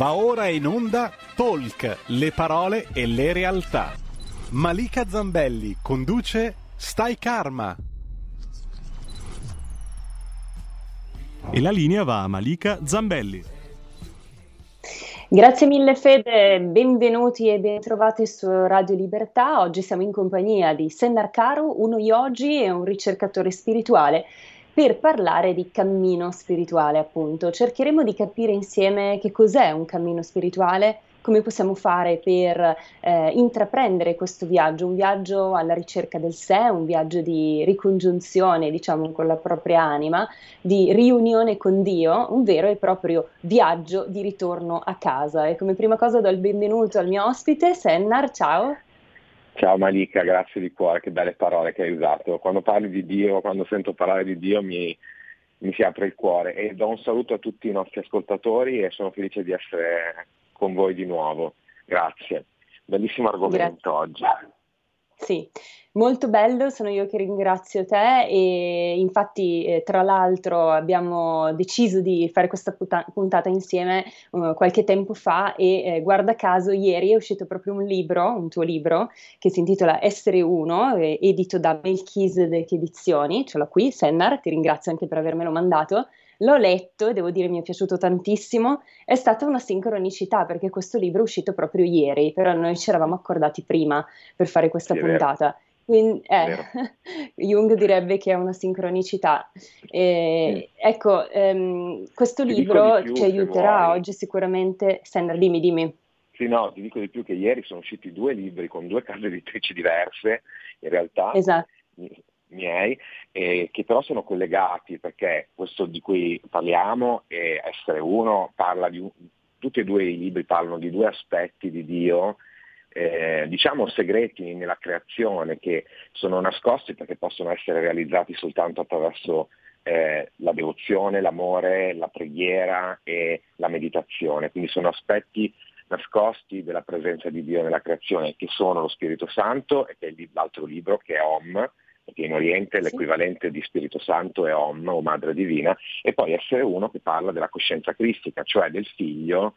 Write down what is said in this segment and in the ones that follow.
Va ora in onda Talk, le parole e le realtà. Malika Zambelli conduce Stai Karma. E la linea va a Malika Zambelli. Grazie mille Fede, benvenuti e bentrovati su Radio Libertà. Oggi siamo in compagnia di Sennar Karu, uno yogi e un ricercatore spirituale, per parlare di cammino spirituale, appunto. Cercheremo di capire insieme che cos'è un cammino spirituale, come possiamo fare per intraprendere questo viaggio, un viaggio alla ricerca del sé, un viaggio di ricongiunzione, diciamo, con la propria anima, di riunione con Dio, un vero e proprio viaggio di ritorno a casa. E come prima cosa do il benvenuto al mio ospite, Sennar, ciao. Ciao Malika, grazie di cuore, che belle parole che hai usato. Quando parli di Dio, quando sento parlare di Dio mi si apre il cuore, e do un saluto a tutti i nostri ascoltatori e sono felice di essere con voi di nuovo. Grazie. Bellissimo argomento oggi. Sì, molto bello, sono io che ringrazio te e infatti tra l'altro abbiamo deciso di fare questa puntata insieme qualche tempo fa e guarda caso ieri è uscito proprio un libro, un tuo libro, che si intitola Essere Uno, edito da Melchizedek Edizioni, ce l'ho qui, Sennar, ti ringrazio anche per avermelo mandato. L'ho letto e devo dire mi è piaciuto tantissimo, è stata una sincronicità perché questo libro è uscito proprio ieri, però noi ci eravamo accordati prima per fare questa puntata. Quindi, Jung direbbe che è una sincronicità. Ecco, questo libro ci aiuterà oggi sicuramente. Sandra, dimmi. Sì, no, ti dico di più che ieri sono usciti 2 libri con 2 case editrici diverse, in realtà. Esatto. Miei, che però sono collegati, perché questo di cui parliamo, Essere Uno, parla di tutti e 2 i libri parlano di 2 aspetti di Dio, diciamo segreti nella creazione, che sono nascosti perché possono essere realizzati soltanto attraverso la devozione, l'amore, la preghiera e la meditazione. Quindi sono aspetti nascosti della presenza di Dio nella creazione, che sono lo Spirito Santo, e che è l'altro libro che è Om, perché in Oriente l'equivalente di Spirito Santo è Om, o Madre Divina, e poi Essere Uno, che parla della coscienza cristica, cioè del figlio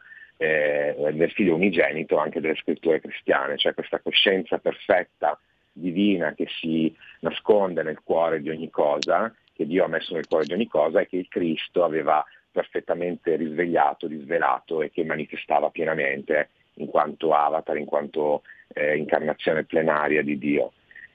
unigenito anche delle scritture cristiane, cioè questa coscienza perfetta, divina, che si nasconde nel cuore di ogni cosa, che Dio ha messo nel cuore di ogni cosa e che il Cristo aveva perfettamente risvegliato, risvelato e che manifestava pienamente in quanto avatar, in quanto incarnazione plenaria di Dio.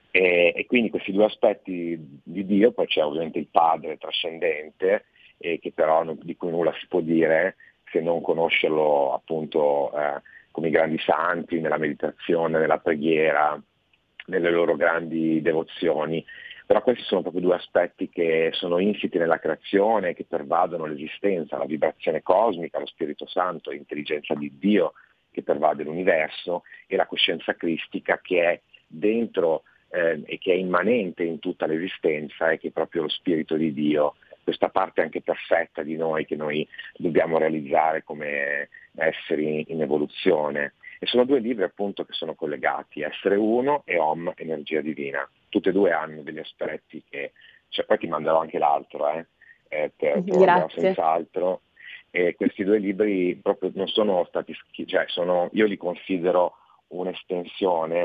E quindi questi 2 aspetti di Dio, poi c'è ovviamente il Padre trascendente, che però di cui nulla si può dire se non conoscerlo appunto come i grandi santi, nella meditazione, nella preghiera, nelle loro grandi devozioni. Però questi sono proprio 2 aspetti che sono insiti nella creazione, che pervadono l'esistenza, la vibrazione cosmica, lo Spirito Santo, l'intelligenza di Dio che pervade l'universo, e la coscienza cristica che è dentro e che è immanente in tutta l'esistenza, e che è proprio lo Spirito di Dio, questa parte anche perfetta di noi che noi dobbiamo realizzare come esseri in evoluzione. E sono 2 libri appunto che sono collegati, Essere Uno e Om, Energia Divina. Tutte e 2 hanno degli aspetti che, cioè, poi ti manderò anche l'altro, te lo manderò senz'altro. E questi 2 libri proprio non sono stati io li considero un'estensione,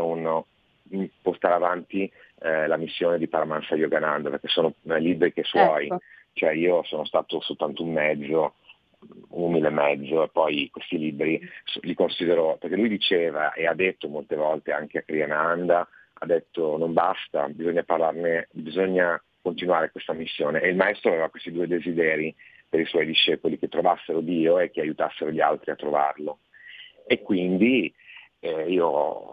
portare avanti la missione di Paramahansa Yogananda, perché sono libri che suoi, cioè io sono stato soltanto un umile mezzo, e poi questi libri li considero, perché lui diceva e ha detto molte volte anche a Kriyananda, ha detto non basta, bisogna parlarne, bisogna continuare questa missione, e il maestro aveva questi 2 desideri per i suoi discepoli, che trovassero Dio e che aiutassero gli altri a trovarlo. E quindi io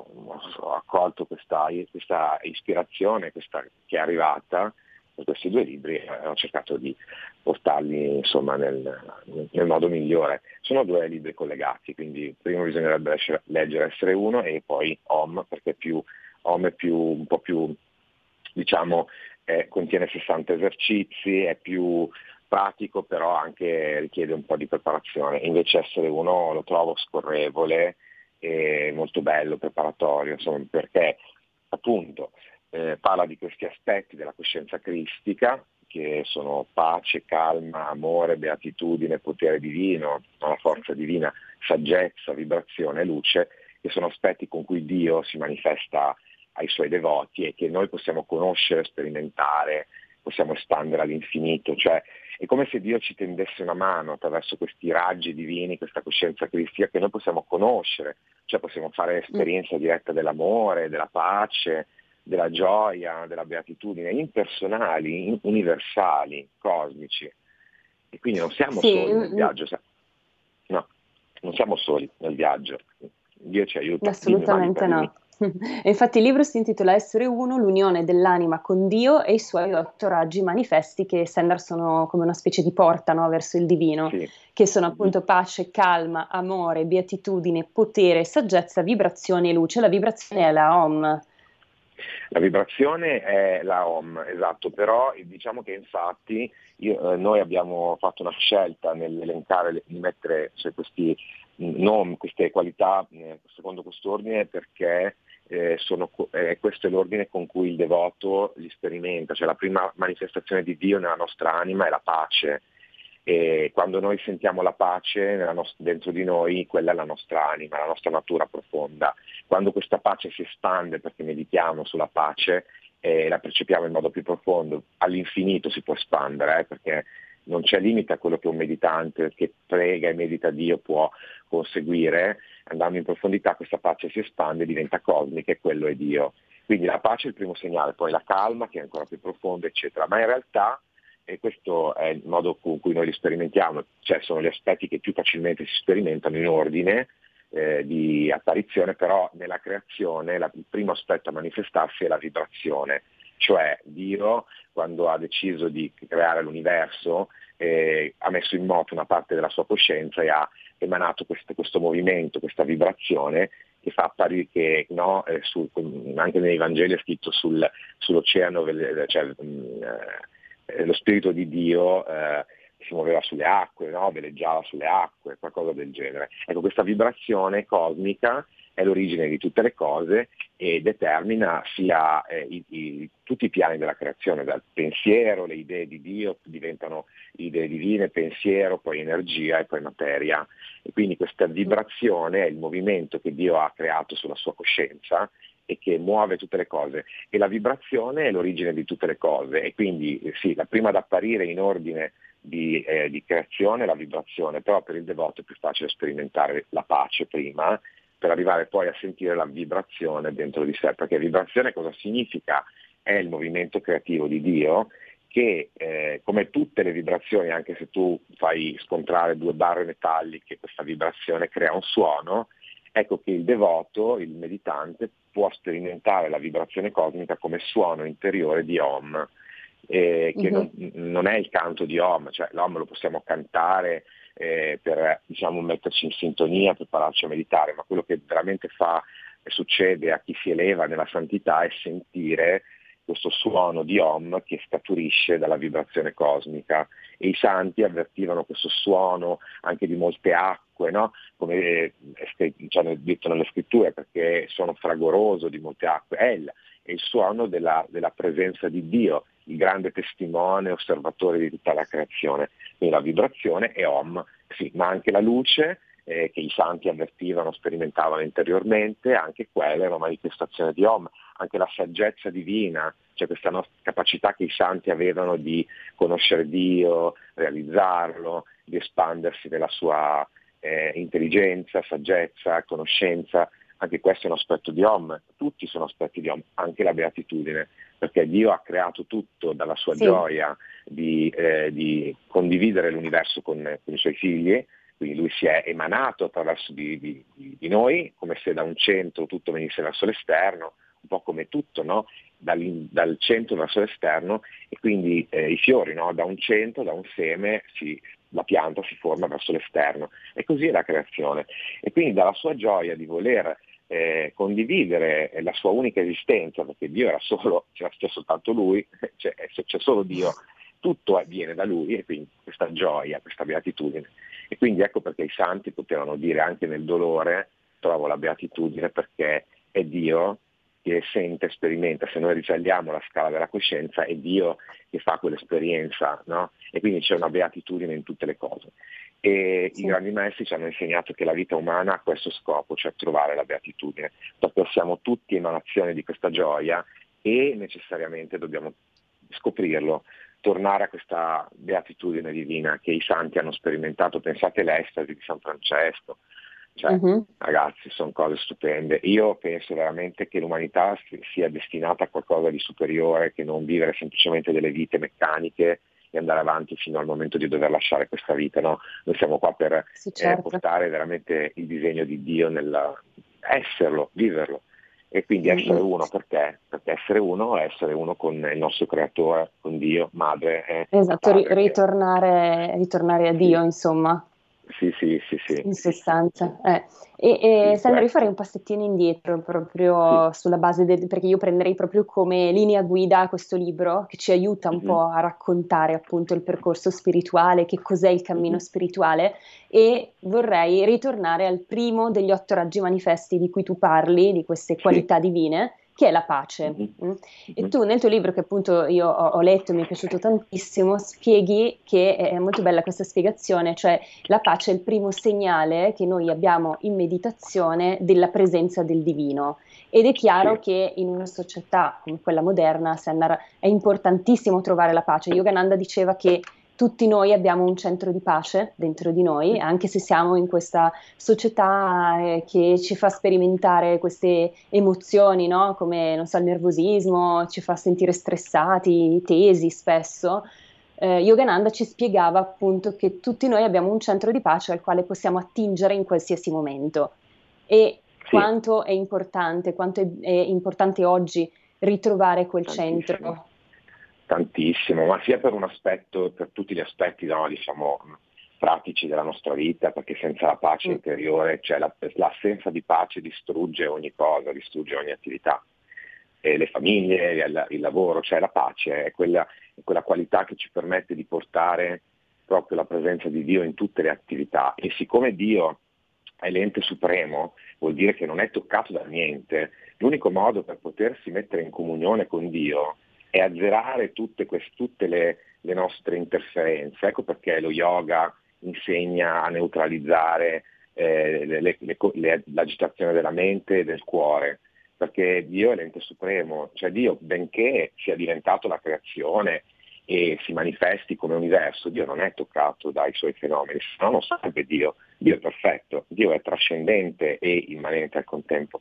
ho accolto questa ispirazione, che è arrivata per questi 2 libri, e ho cercato di portarli insomma nel modo migliore. Sono 2 libri collegati, quindi prima bisognerebbe leggere Essere Uno e poi Om, perché Om è un po' più, diciamo, contiene 60 esercizi, è più pratico, però anche richiede un po' di preparazione. Invece Essere Uno lo trovo scorrevole e molto bello, preparatorio, insomma, perché appunto parla di questi aspetti della coscienza cristica, che sono pace, calma, amore, beatitudine, potere divino, la forza divina saggezza, vibrazione e luce, che sono aspetti con cui Dio si manifesta ai suoi devoti e che noi possiamo conoscere, sperimentare, possiamo espandere all'infinito. Cioè è come se Dio ci tendesse una mano attraverso questi raggi divini, questa coscienza cristica che noi possiamo conoscere, cioè possiamo fare esperienza diretta dell'amore, della pace, della gioia, della beatitudine, impersonali, universali, cosmici. E quindi non siamo soli nel viaggio, no, non siamo soli nel viaggio, Dio ci aiuta. Assolutamente no. E infatti il libro si intitola Essere Uno, l'unione dell'anima con Dio e i suoi 8 raggi manifesti, che Sandar sono come una specie di porta, no, verso il divino, Sì. Che sono appunto pace, calma, amore, beatitudine, potere, saggezza, vibrazione e luce. La vibrazione è la Om. La vibrazione è la Om, esatto, però diciamo che infatti noi abbiamo fatto una scelta nell'elencare, di mettere questi nomi, queste qualità secondo quest'ordine, perché questo è l'ordine con cui il devoto li sperimenta, cioè la prima manifestazione di Dio nella nostra anima è la pace. E quando noi sentiamo la pace dentro di noi, quella è la nostra anima, la nostra natura profonda. Quando questa pace si espande perché meditiamo sulla pace e la percepiamo in modo più profondo, all'infinito si può espandere, perché non c'è limite a quello che un meditante che prega e medita Dio può conseguire. Andando in profondità questa pace si espande, diventa cosmica e quello è Dio. Quindi la pace è il primo segnale, poi la calma che è ancora più profonda, eccetera. Ma in realtà, e questo è il modo con cui noi li sperimentiamo, cioè sono gli aspetti che più facilmente si sperimentano in ordine di apparizione, però nella creazione il primo aspetto a manifestarsi è la vibrazione, cioè Dio quando ha deciso di creare l'universo ha messo in moto una parte della sua coscienza e ha emanato questo movimento, questa vibrazione che fa apparire che anche nei Vangeli è scritto sull'oceano, cioè, lo spirito di Dio si muoveva sulle acque, no? Veleggiava sulle acque, qualcosa del genere. Ecco, questa vibrazione cosmica è l'origine di tutte le cose e determina sia tutti i piani della creazione, dal pensiero, le idee di Dio diventano idee divine, pensiero, poi energia e poi materia. E quindi questa vibrazione è il movimento che Dio ha creato sulla sua coscienza e che muove tutte le cose, e la vibrazione è l'origine di tutte le cose, e quindi sì, la prima ad apparire in ordine di creazione è la vibrazione, però per il devoto è più facile sperimentare la pace prima, per arrivare poi a sentire la vibrazione dentro di sé, perché vibrazione cosa significa? È il movimento creativo di Dio che come tutte le vibrazioni, anche se tu fai scontrare 2 barre metalliche, questa vibrazione crea un suono. Ecco che il devoto, il meditante, può sperimentare la vibrazione cosmica come suono interiore di Om, che non è il canto di Om, cioè l'Om lo possiamo cantare per metterci in sintonia, prepararci a meditare, ma quello che veramente succede a chi si eleva nella santità è sentire questo suono di Om che scaturisce dalla vibrazione cosmica, e i santi avvertivano questo suono anche di molte acque, no? Come ci hanno detto nelle scritture, perché suono fragoroso di molte acque, è il suono della presenza di Dio, il grande testimone, osservatore di tutta la creazione. Quindi la vibrazione è Om, sì, ma anche la luce che i santi avvertivano, sperimentavano interiormente, anche quella è una manifestazione di Om. Anche la saggezza divina, cioè questa nostra capacità che i santi avevano di conoscere Dio, realizzarlo, di espandersi nella sua intelligenza, saggezza, conoscenza, anche questo è un aspetto di Om. Tutti sono aspetti di Om, anche la beatitudine, perché Dio ha creato tutto dalla sua gioia di condividere l'universo con i suoi figli. Quindi lui si è emanato attraverso di noi, come se da un centro tutto venisse verso l'esterno, un po' come tutto, no? Dal centro verso l'esterno, e quindi i fiori, no? Da un centro, da un seme, la pianta si forma verso l'esterno, e così è la creazione. E quindi dalla sua gioia di voler condividere la sua unica esistenza, perché Dio c'era soltanto lui, c'è solo Dio, tutto avviene da lui, e quindi questa gioia, questa beatitudine. E quindi ecco perché i santi potevano dire anche nel dolore: trovo la beatitudine, perché è Dio che sente, sperimenta. Se noi risaliamo la scala della coscienza, è Dio che fa quell'esperienza, no? E quindi c'è una beatitudine in tutte le cose. E Sì. i grandi maestri ci hanno insegnato che la vita umana ha questo scopo, cioè trovare la beatitudine. Dopo siamo tutti emanazioni di questa gioia e necessariamente dobbiamo scoprirlo, tornare a questa beatitudine divina che i santi hanno sperimentato. Pensate all'estasi di San Francesco, cioè Mhm. ragazzi, sono cose stupende. Io penso veramente che l'umanità sia destinata a qualcosa di superiore, che non vivere semplicemente delle vite meccaniche e andare avanti fino al momento di dover lasciare questa vita, no? Noi siamo qua per Sì, certo. portare veramente il disegno di Dio esserlo, viverlo. E quindi essere Mm-mm. uno perché? Perché essere uno è essere uno con il nostro creatore, con Dio, madre e Esatto, padre. ritornare a Sì, Dio, insomma. sì, sì, sì, sì, In sì, sostanza, sì, Sandra, io farei un passettino indietro sì. proprio sulla base perché io prenderei proprio come linea guida questo libro che ci aiuta un Mhm, po' a raccontare appunto il percorso spirituale, che cos'è il cammino mhm, spirituale, e vorrei ritornare al primo degli 8 raggi manifesti di cui tu parli, di queste sì. qualità divine, che è la pace. Mhm, Mm? E mhm, tu nel tuo libro, che appunto io ho letto e mi è piaciuto tantissimo, spieghi che è molto bella questa spiegazione, cioè la pace è il primo segnale che noi abbiamo in meditazione della presenza del divino. Ed è chiaro sì. che in una società come quella moderna, Sandra, è importantissimo trovare la pace. Yogananda diceva che tutti noi abbiamo un centro di pace dentro di noi, Mhm, anche se siamo in questa società che ci fa sperimentare queste emozioni, no? Come, non so, il nervosismo, ci fa sentire stressati, tesi spesso. Yogananda ci spiegava appunto che tutti noi abbiamo un centro di pace al quale possiamo attingere in qualsiasi momento, e sì, quanto è importante oggi ritrovare quel tantissimo. centro. Tantissimo, ma sia per un aspetto, per tutti gli aspetti, no, diciamo, pratici della nostra vita, perché senza la pace Mm, interiore, cioè l'assenza di pace distrugge ogni cosa, distrugge ogni attività. E le famiglie, il lavoro, cioè la pace è quella qualità che ci permette di portare proprio la presenza di Dio in tutte le attività. E siccome Dio è l'ente supremo, vuol dire che non è toccato da niente. L'unico modo per potersi mettere in comunione con Dio è azzerare tutte le nostre interferenze. Ecco perché lo yoga insegna a neutralizzare l'agitazione della mente e del cuore, perché Dio è l'ente supremo, cioè Dio, benché sia diventato la creazione e si manifesti come universo, Dio non è toccato dai suoi fenomeni, se no non sarebbe Dio. Dio è perfetto, Dio è trascendente e immanente al contempo.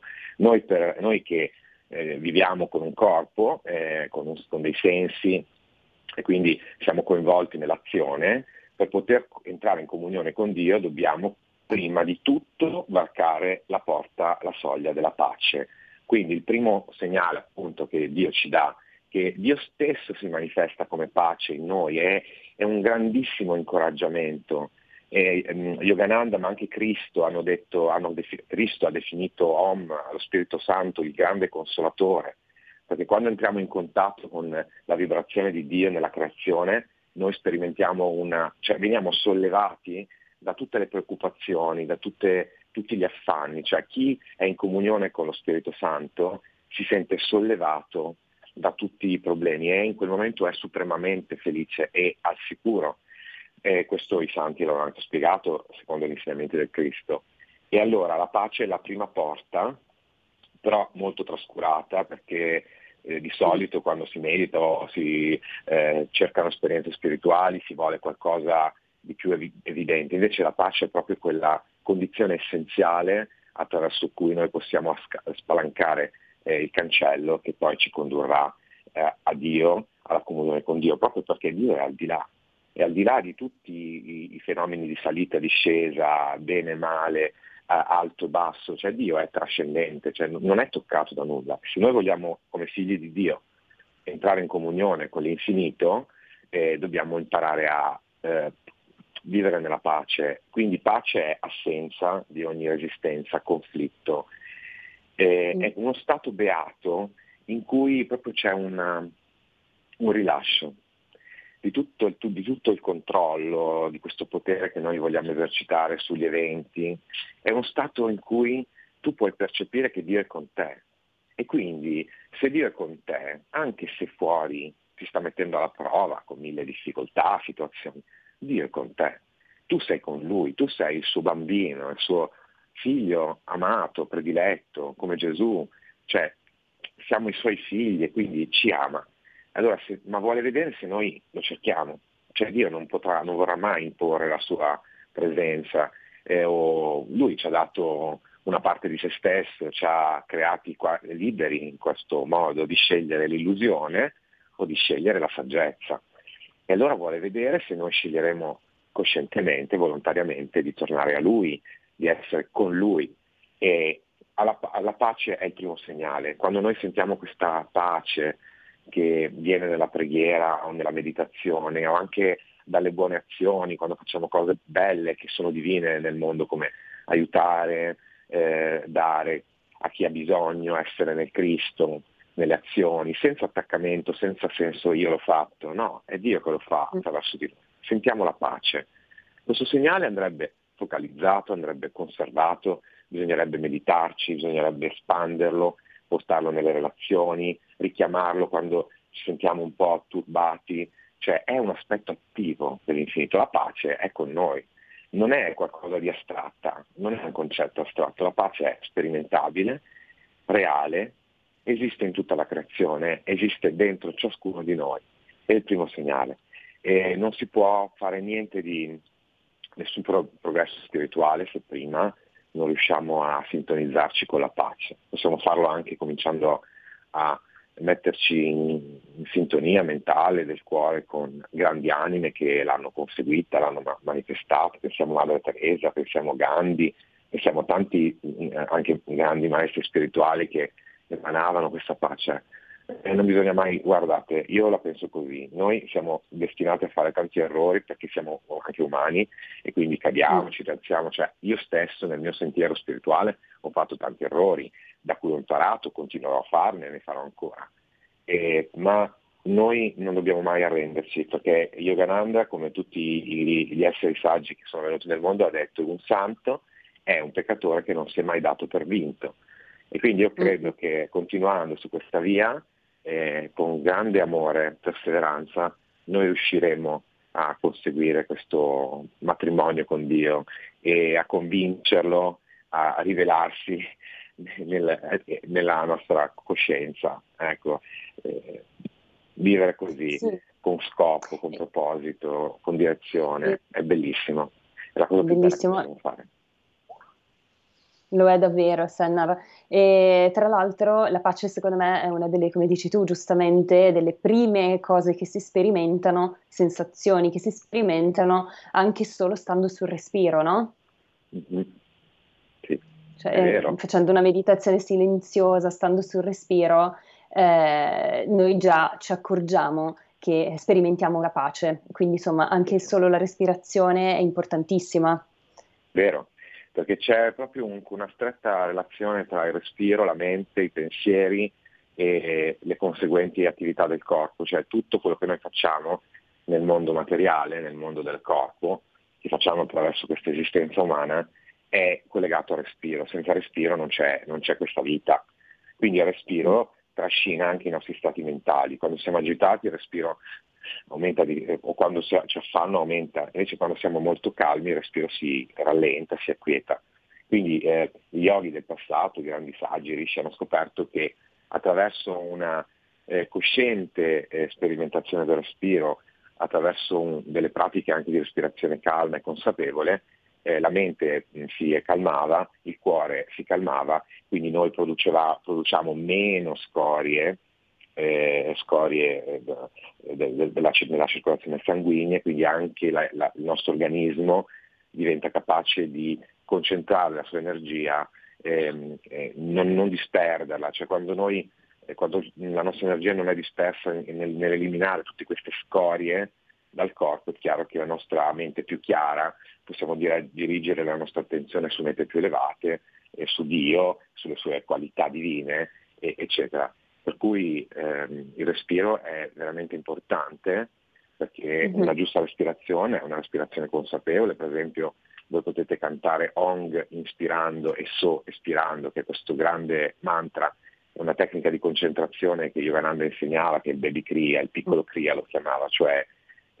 Noi che viviamo con un corpo, con dei sensi, e quindi siamo coinvolti nell'azione, per poter entrare in comunione con Dio dobbiamo prima di tutto varcare la porta, la soglia della pace. Quindi il primo segnale appunto che Dio ci dà, che Dio stesso si manifesta come pace in noi, è un grandissimo incoraggiamento. Yogananda ma anche Cristo Cristo ha definito Om, lo Spirito Santo, il grande consolatore, perché quando entriamo in contatto con la vibrazione di Dio nella creazione, noi sperimentiamo cioè veniamo sollevati da tutte le preoccupazioni, da tutti gli affanni, cioè chi è in comunione con lo Spirito Santo si sente sollevato da tutti i problemi e in quel momento è supremamente felice e al sicuro. Questo i santi l'hanno anche spiegato secondo gli insegnamenti del Cristo. E allora la pace è la prima porta, però molto trascurata, perché di solito quando si medita o si cercano esperienze spirituali si vuole qualcosa di più evidente. Invece la pace è proprio quella condizione essenziale attraverso cui noi possiamo spalancare il cancello che poi ci condurrà a Dio, alla comunione con Dio, proprio perché Dio è al di là di tutti i fenomeni di salita, discesa, bene e male, alto e basso, cioè Dio è trascendente, cioè non è toccato da nulla. Se noi vogliamo, come figli di Dio, entrare in comunione con l'infinito, dobbiamo imparare a vivere nella pace. Quindi pace è assenza di ogni resistenza, conflitto. mm, È uno stato beato in cui proprio c'è un rilascio di tutto il controllo, di questo potere che noi vogliamo esercitare sugli eventi. È uno stato in cui tu puoi percepire che Dio è con te. E quindi se Dio è con te, anche se fuori ti sta mettendo alla prova con mille difficoltà, situazioni, Dio è con te. tu sei con lui, tu sei il suo bambino, il suo figlio amato, prediletto, come Gesù, cioè siamo i suoi figli e quindi ci ama. Allora, ma vuole vedere se noi lo cerchiamo, cioè Dio non vorrà mai imporre la sua presenza, o lui ci ha dato una parte di se stesso, ci ha creati liberi in questo modo di scegliere l'illusione o di scegliere la saggezza. E allora vuole vedere se noi sceglieremo coscientemente, volontariamente, di tornare a lui, di essere con lui. E alla pace è il primo segnale. Quando noi sentiamo questa pace che viene nella preghiera o nella meditazione o anche dalle buone azioni, quando facciamo cose belle che sono divine nel mondo, come aiutare, dare a chi ha bisogno, essere nel Cristo, nelle azioni, senza attaccamento, senza senso io l'ho fatto, no, è Dio che lo fa attraverso di noi. Sentiamo la pace. Questo segnale andrebbe focalizzato, andrebbe conservato, bisognerebbe meditarci, bisognerebbe espanderlo, portarlo nelle relazioni, richiamarlo quando ci sentiamo un po' turbati, cioè è un aspetto attivo dell'infinito. La pace è con noi, non è qualcosa di astratta, non è un concetto astratto, la pace è sperimentabile, reale, esiste in tutta la creazione, esiste dentro ciascuno di noi, è il primo segnale. E non si può fare niente di nessun progresso spirituale se prima non riusciamo a sintonizzarci con la pace. Possiamo farlo anche cominciando a metterci in sintonia mentale del cuore con grandi anime che l'hanno conseguita, l'hanno manifestata. Pensiamo a Madre Teresa, pensiamo a Gandhi, pensiamo a tanti anche grandi maestri spirituali che emanavano questa pace. E non bisogna mai, guardate, io la penso così, noi siamo destinati a fare tanti errori perché siamo anche umani e quindi cadiamo, ci rialziamo, cioè io stesso nel mio sentiero spirituale ho fatto tanti errori da cui ho imparato, continuerò a farne e ne farò ancora, ma noi non dobbiamo mai arrenderci, perché Yogananda, come tutti gli esseri saggi che sono venuti nel mondo, ha detto: un santo è un peccatore che non si è mai dato per vinto. E quindi io credo che continuando su questa via, con grande amore e perseveranza, noi riusciremo a conseguire questo matrimonio con Dio e a convincerlo a rivelarsi nella nostra coscienza. Ecco, vivere così, Sì. con scopo, con proposito, con direzione, è bellissimo. È la cosa più bella che Bellissimo. possiamo fare. Lo è davvero, Sennar. E tra l'altro la pace secondo me è una delle, come dici tu giustamente, delle prime cose che si sperimentano, sensazioni che si sperimentano anche solo stando sul respiro, no? Mm-hmm. Sì, Cioè, è vero. facendo una meditazione silenziosa, stando sul respiro, noi già ci accorgiamo che sperimentiamo la pace. Quindi insomma anche solo la respirazione è importantissima. Vero, perché c'è proprio una stretta relazione tra il respiro, la mente, i pensieri e le conseguenti attività del corpo, cioè tutto quello che noi facciamo nel mondo materiale, nel mondo del corpo, che facciamo attraverso questa esistenza umana, è collegato al respiro. Senza respiro non c'è questa vita. Quindi il respiro trascina anche i nostri stati mentali. Quando siamo agitati il respiro aumenta, o quando ci affanno aumenta, invece quando siamo molto calmi il respiro si rallenta, si acquieta. Quindi gli yogi del passato, i grandi saggi, rishi hanno scoperto che attraverso una cosciente sperimentazione del respiro, attraverso delle pratiche anche di respirazione calma e consapevole, la mente si calmava, il cuore si calmava, quindi noi produciamo meno scorie della circolazione sanguigna, quindi anche il nostro organismo diventa capace di concentrare la sua energia, non disperderla, cioè quando la nostra energia non è dispersa nell'eliminare tutte queste scorie dal corpo, è chiaro che la nostra mente più chiara possiamo dirigere la nostra attenzione su mete più elevate, su Dio, sulle sue qualità divine, eccetera. Per cui il respiro è veramente importante, perché una giusta respirazione è una respirazione consapevole. Per esempio voi potete cantare Ong inspirando e So espirando, che è questo grande mantra, è una tecnica di concentrazione che Yogananda insegnava, che il baby kriya, il piccolo kriya lo chiamava, cioè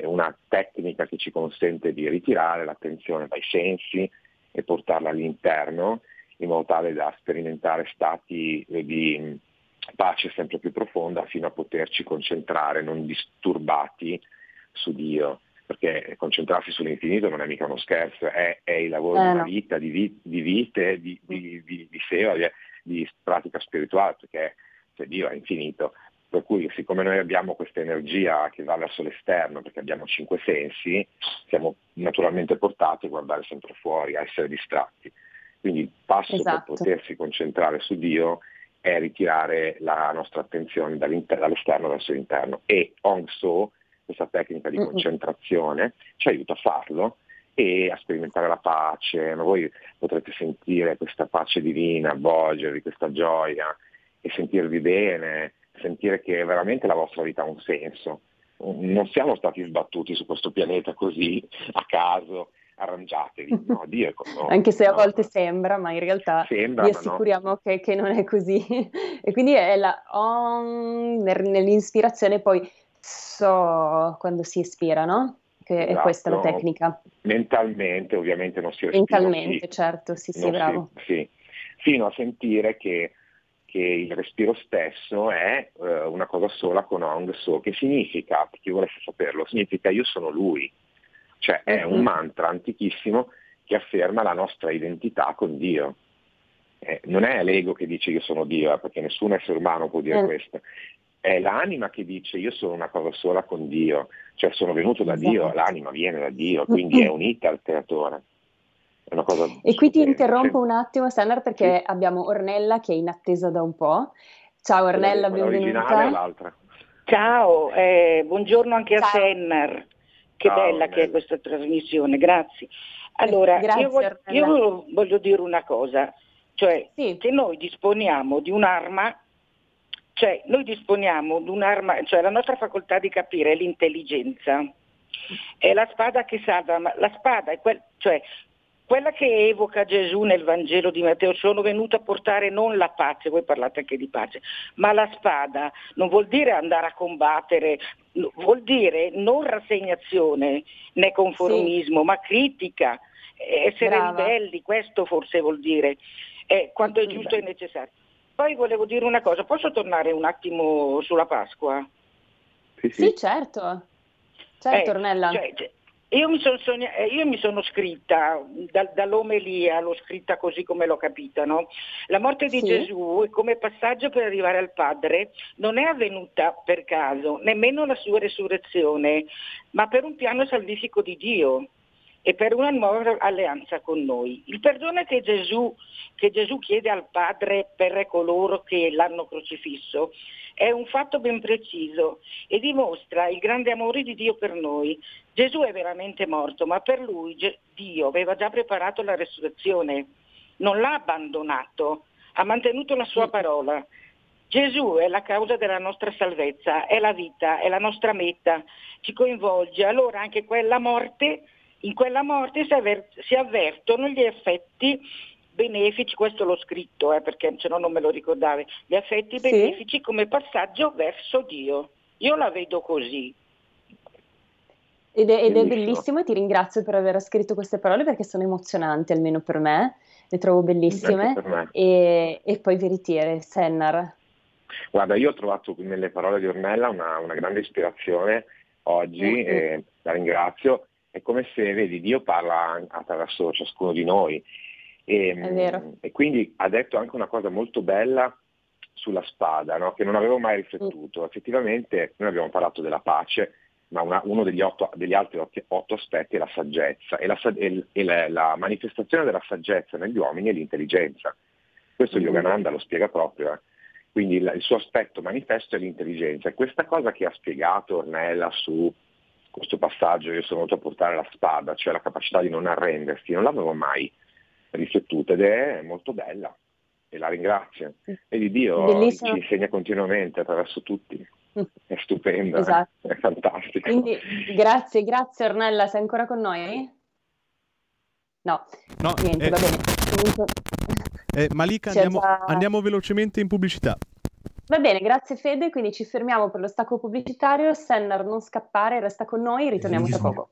è una tecnica che ci consente di ritirare l'attenzione dai sensi e portarla all'interno, in modo tale da sperimentare stati di pace sempre più profonda, fino a poterci concentrare non disturbati su Dio, perché concentrarsi sull'infinito non è mica uno scherzo, è il lavoro di una vita, di vite, di seva, di pratica spirituale, perché Dio è infinito. Per cui, siccome noi abbiamo questa energia che va verso l'esterno, perché abbiamo 5 sensi, siamo naturalmente portati a guardare sempre fuori, a essere distratti. Quindi il passo per potersi concentrare su Dio è ritirare la nostra attenzione dall'esterno verso l'interno. E Hong So, questa tecnica di concentrazione, ci aiuta a farlo e a sperimentare la pace. Ma voi potrete sentire questa pace divina, avvolgervi, questa gioia, e sentirvi bene, sentire che veramente la vostra vita ha un senso. Non siamo stati sbattuti su questo pianeta così a caso, arrangiatevi, no? Dio è con noi. Anche se a volte sembra, ma in realtà vi assicuriamo che non è così. E quindi è la nell'ispirazione, poi so quando si espira, no? Che è questa la tecnica. Mentalmente ovviamente non si respira. Mentalmente, certo, sì, bravo. Sì, fino a sentire che il respiro stesso è una cosa sola con Hong So. Che significa, per chi volesse saperlo, significa io sono lui, cioè è un mantra antichissimo che afferma la nostra identità con Dio. Non è l'ego che dice io sono Dio, perché nessun essere umano può dire questo, è l'anima che dice io sono una cosa sola con Dio, cioè sono venuto da Dio, l'anima viene da Dio, quindi è unita al creatore. Una cosa e qui ti interrompo un attimo, Sennar, perché abbiamo Ornella che è in attesa da un po'. Ciao Ornella, benvenuta. L'altra. Ciao, buongiorno anche a Sennar. Che bella che è questa trasmissione, grazie. Allora, grazie, io voglio dire una cosa, cioè che noi disponiamo di un'arma, cioè la nostra facoltà di capire è l'intelligenza. È la spada che salva, ma la spada è quella che evoca Gesù nel Vangelo di Matteo. Sono venuto a portare non la pace, voi parlate anche di pace, ma la spada non vuol dire andare a combattere, vuol dire non rassegnazione né conformismo, ma critica, essere ribelli, questo forse vuol dire, quanto è giusto e necessario. Poi volevo dire una cosa, posso tornare un attimo sulla Pasqua? Sì, certo, Ornella. Io mi sono scritta dall'omelia, l'ho scritta così come l'ho capita, no? La morte di Gesù come passaggio per arrivare al Padre non è avvenuta per caso, nemmeno la sua resurrezione, ma per un piano salvifico di Dio e per una nuova alleanza con noi. Il perdono che Gesù chiede al Padre per coloro che l'hanno crocifisso è un fatto ben preciso e dimostra il grande amore di Dio per noi. Gesù è veramente morto, ma per lui Dio aveva già preparato la resurrezione, non l'ha abbandonato, ha mantenuto la sua parola. Gesù è la causa della nostra salvezza, è la vita, è la nostra meta, ci coinvolge. Allora anche in quella morte si avvertono gli effetti benefici, questo l'ho scritto perché se no non me lo ricordavi, gli effetti benefici come passaggio verso Dio. Io la vedo così. Ed è bellissimo e ti ringrazio per aver scritto queste parole perché sono emozionanti, almeno per me, le trovo bellissime. E poi veritiere, Sennar. Guarda, io ho trovato nelle parole di Ornella una grande ispirazione oggi e la ringrazio. È come se, vedi, Dio parla attraverso ciascuno di noi. È vero. E quindi ha detto anche una cosa molto bella sulla spada, no? Che non avevo mai riflettuto. Effettivamente noi abbiamo parlato della pace, ma uno degli altri otto aspetti è la saggezza e la manifestazione della saggezza negli uomini è l'intelligenza. Questo Yogananda lo spiega proprio. Quindi il suo aspetto manifesto è l'intelligenza. E questa cosa che ha spiegato Ornella su questo passaggio, io sono venuto a portare la spada, cioè la capacità di non arrendersi, non l'avevo mai riflettuta ed è molto bella e la ringrazio. E di Dio ci insegna continuamente attraverso tutti. È stupendo, esatto. È fantastico. Quindi grazie Ornella, sei ancora con noi? No, niente, va bene. Comunque, Malika, andiamo velocemente in pubblicità. Va bene, grazie Fede, quindi ci fermiamo per lo stacco pubblicitario. Sennar, non scappare, resta con noi, ritorniamo tra poco.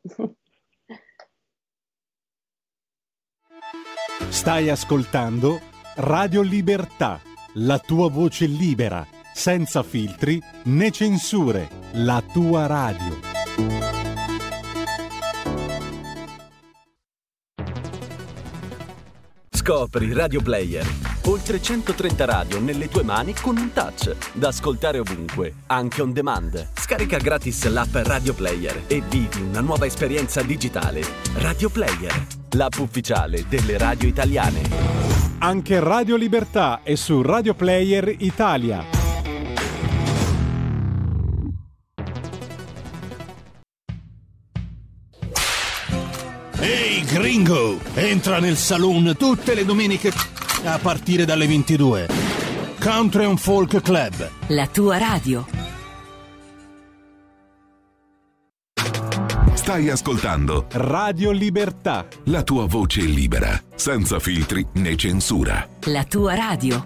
Stai ascoltando Radio Libertà, la tua voce libera, senza filtri né censure, la tua radio. Scopri Radio Player. Oltre 130 radio nelle tue mani con un touch. Da ascoltare ovunque, anche on demand. Scarica gratis l'app Radio Player e vivi una nuova esperienza digitale. Radio Player, l'app ufficiale delle radio italiane. Anche Radio Libertà è su Radio Player Italia. Ehi gringo, entra nel saloon tutte le domeniche a partire dalle 22. Country and Folk Club, la tua radio. Stai ascoltando Radio Libertà, la tua voce libera, senza filtri né censura. La tua radio.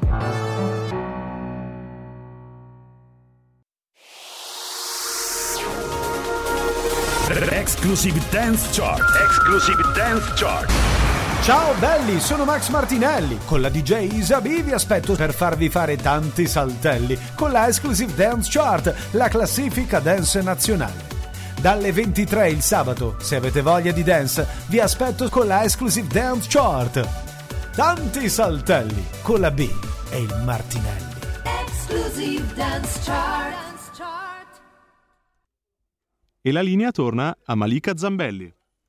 Exclusive Dance Chart. Exclusive Dance Chart. Ciao belli, sono Max Martinelli. Con la DJ Isabi vi aspetto per farvi fare tanti saltelli con la Exclusive Dance Chart, la classifica dance nazionale. Dalle 23 il sabato, se avete voglia di dance, vi aspetto con la Exclusive Dance Chart. Tanti saltelli con la B e il Martinelli. Exclusive Dance Chart. E la linea torna a Malika Zambelli.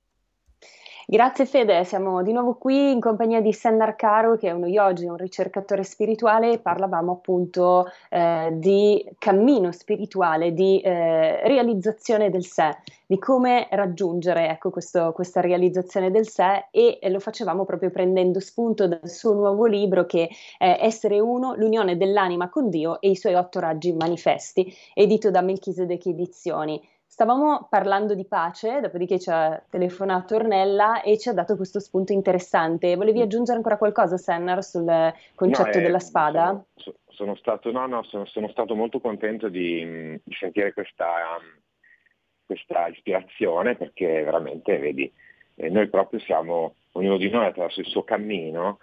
Grazie Fede, siamo di nuovo qui in compagnia di Sennar Caro, che è uno yogi, un ricercatore spirituale, e parlavamo appunto di cammino spirituale, di realizzazione del sé, di come raggiungere, ecco, questa realizzazione del sé, e lo facevamo proprio prendendo spunto dal suo nuovo libro, che è Essere Uno, l'unione dell'anima con Dio e i suoi 8 raggi manifesti, edito da Melchisedec Edizioni. Stavamo parlando di pace, dopodiché ci ha telefonato Ornella e ci ha dato questo spunto interessante. Volevi aggiungere ancora qualcosa, Sennar, sul concetto della spada? Sono stato molto contento di sentire questa ispirazione, perché veramente, vedi, noi proprio siamo, ognuno di noi attraverso il suo cammino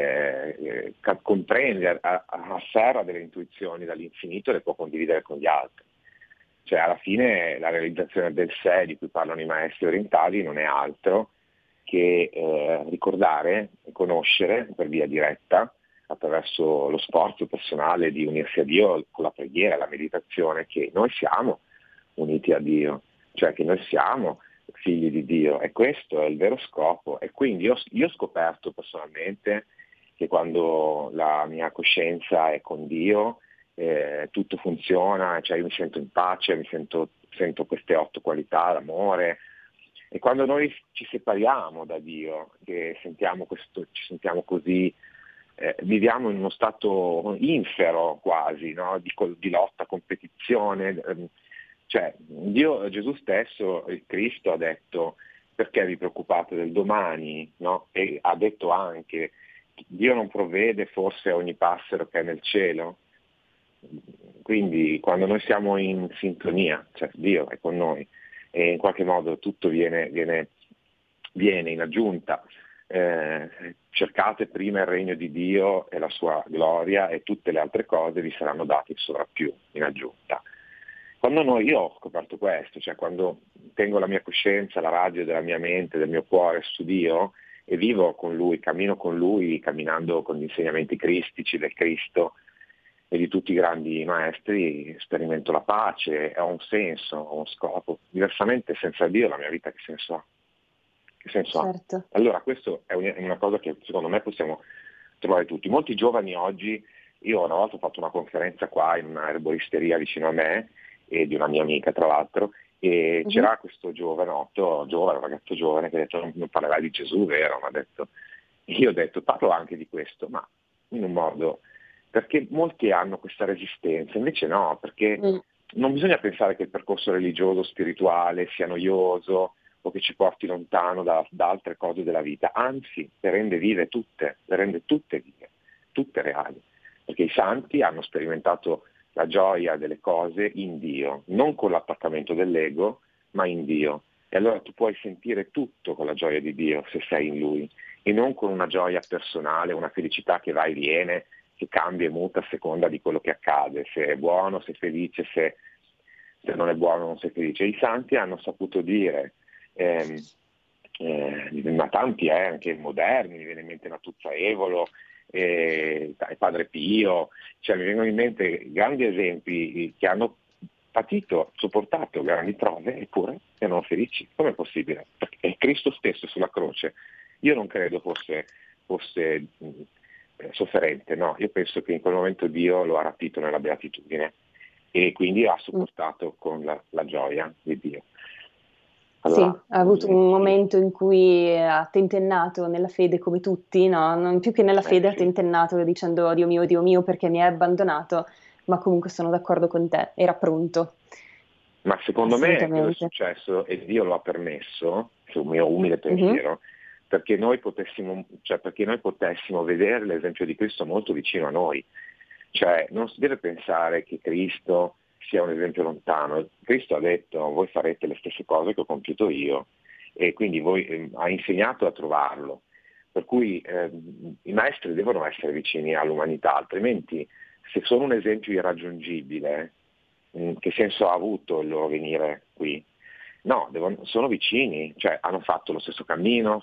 comprende, afferra delle intuizioni dall'infinito e le può condividere con gli altri. Cioè, alla fine la realizzazione del sé di cui parlano i maestri orientali non è altro che ricordare e conoscere per via diretta, attraverso lo sforzo personale di unirsi a Dio con la preghiera e la meditazione, che noi siamo uniti a Dio, cioè che noi siamo figli di Dio, e questo è il vero scopo. E quindi io ho scoperto personalmente che quando la mia coscienza è con Dio, tutto funziona, cioè io mi sento in pace, sento queste 8 qualità, l'amore. E quando noi ci separiamo da Dio, che ci sentiamo così, viviamo in uno stato infero quasi, no? di lotta, competizione. Cioè Dio, Gesù stesso, il Cristo, ha detto: perché vi preoccupate del domani? No? E ha detto anche: Dio non provvede forse a ogni passero che è nel cielo? Quindi quando noi siamo in sintonia, cioè Dio è con noi, e in qualche modo tutto viene in aggiunta. Cercate prima il regno di Dio e la sua gloria, e tutte le altre cose vi saranno date in sovrappiù, in aggiunta. Io ho scoperto questo, cioè quando tengo la mia coscienza, la radio della mia mente, del mio cuore su Dio, e vivo con Lui, cammino con Lui, camminando con gli insegnamenti cristici del Cristo e di tutti i grandi maestri, sperimento la pace, ha un senso, ha uno scopo. Diversamente, senza Dio, la mia vita che senso ha? Che senso certo. ha? Allora, questo è una cosa che secondo me possiamo trovare tutti. Molti giovani oggi, io una volta ho fatto una conferenza qua in una erboristeria vicino a me, e di una mia amica tra l'altro, e c'era questo un ragazzo giovane, che ha detto: non parlerai di Gesù, vero? Io ho detto: parlo anche di questo, ma in un modo, perché molti hanno questa resistenza, invece no, perché non bisogna pensare che il percorso religioso, spirituale sia noioso o che ci porti lontano da altre cose della vita, anzi le rende tutte vive, tutte reali, perché i santi hanno sperimentato la gioia delle cose in Dio, non con l'attaccamento dell'ego, ma in Dio. E allora tu puoi sentire tutto con la gioia di Dio se sei in Lui, e non con una gioia personale, una felicità che va e viene, che cambia e muta a seconda di quello che accade, se è buono, se è felice, se non è buono, non sei felice. I santi hanno saputo dire, ma tanti anche moderni, mi viene in mente Natuzza Evolo, Padre Pio, cioè mi vengono in mente grandi esempi che hanno patito, sopportato grandi prove eppure erano felici. Com'è possibile? Perché è Cristo stesso sulla croce. Io non credo fosse sofferente, no, io penso che in quel momento Dio lo ha rapito nella beatitudine e quindi ha sopportato con la gioia di Dio. Allora, sì, ha avuto un momento in cui ha tentennato nella fede come tutti, no? Non più che nella fede ha tentennato dicendo Dio mio, perché mi hai abbandonato, ma comunque sono d'accordo con te, era pronto. Ma secondo me cosa è successo, e Dio lo ha permesso, su un mio umile pensiero, perché noi potessimo vedere l'esempio di Cristo molto vicino a noi. Cioè non si deve pensare che Cristo sia un esempio lontano. Cristo ha detto: voi farete le stesse cose che ho compiuto io, e quindi ha insegnato a trovarlo. Per cui i maestri devono essere vicini all'umanità, altrimenti se sono un esempio irraggiungibile, che senso ha avuto il loro venire qui? No, sono vicini, cioè hanno fatto lo stesso cammino,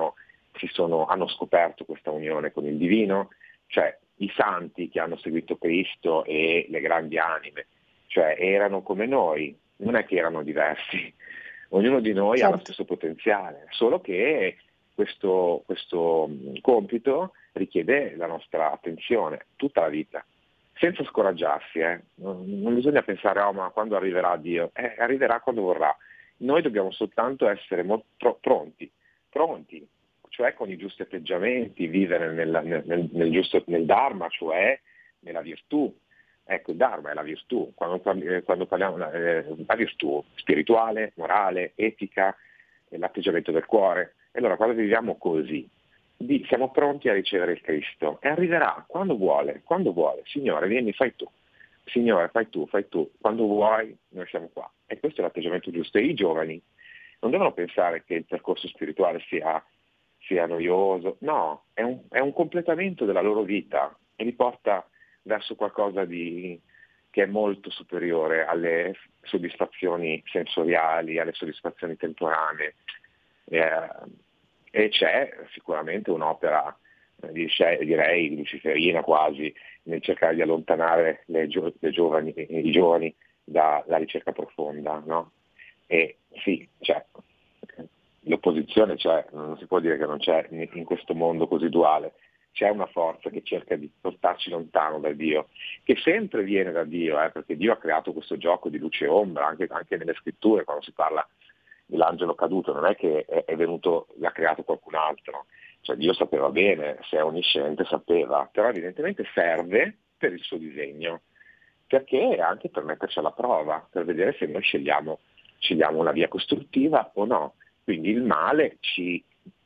hanno scoperto questa unione con il divino, cioè i santi che hanno seguito Cristo e le grandi anime, cioè erano come noi, non è che erano diversi, ognuno di noi ha lo stesso potenziale, solo che questo compito richiede la nostra attenzione tutta la vita, senza scoraggiarsi, non bisogna pensare ma quando arriverà Dio, arriverà quando vorrà. Noi dobbiamo soltanto essere pronti, cioè con i giusti atteggiamenti, vivere nel Dharma, cioè nella virtù. Ecco, il Dharma è la virtù, quando parliamo la virtù spirituale, morale, etica, l'atteggiamento del cuore. E allora quando viviamo così, siamo pronti a ricevere il Cristo e arriverà quando vuole. Signore, vieni, fai tu. Signore, fai tu, quando vuoi noi siamo qua. E questo è l'atteggiamento giusto. E i giovani non devono pensare che il percorso spirituale sia noioso, no, è un completamento della loro vita e li porta verso qualcosa che è molto superiore alle soddisfazioni sensoriali, alle soddisfazioni temporanee. E c'è sicuramente un'opera, direi luciferina quasi, nel cercare di allontanare i giovani dalla ricerca profonda, no? E sì, c'è l'opposizione, non si può dire che non c'è in questo mondo così duale, c'è una forza che cerca di portarci lontano da Dio, che sempre viene da Dio, perché Dio ha creato questo gioco di luce e ombra, anche nelle scritture quando si parla dell'angelo caduto, non è che è venuto, l'ha creato qualcun altro, cioè Dio sapeva bene, se è onnisciente sapeva, però evidentemente serve per il suo disegno, perché anche per metterci alla prova, per vedere se noi scegliamo una via costruttiva o no. Quindi il male ci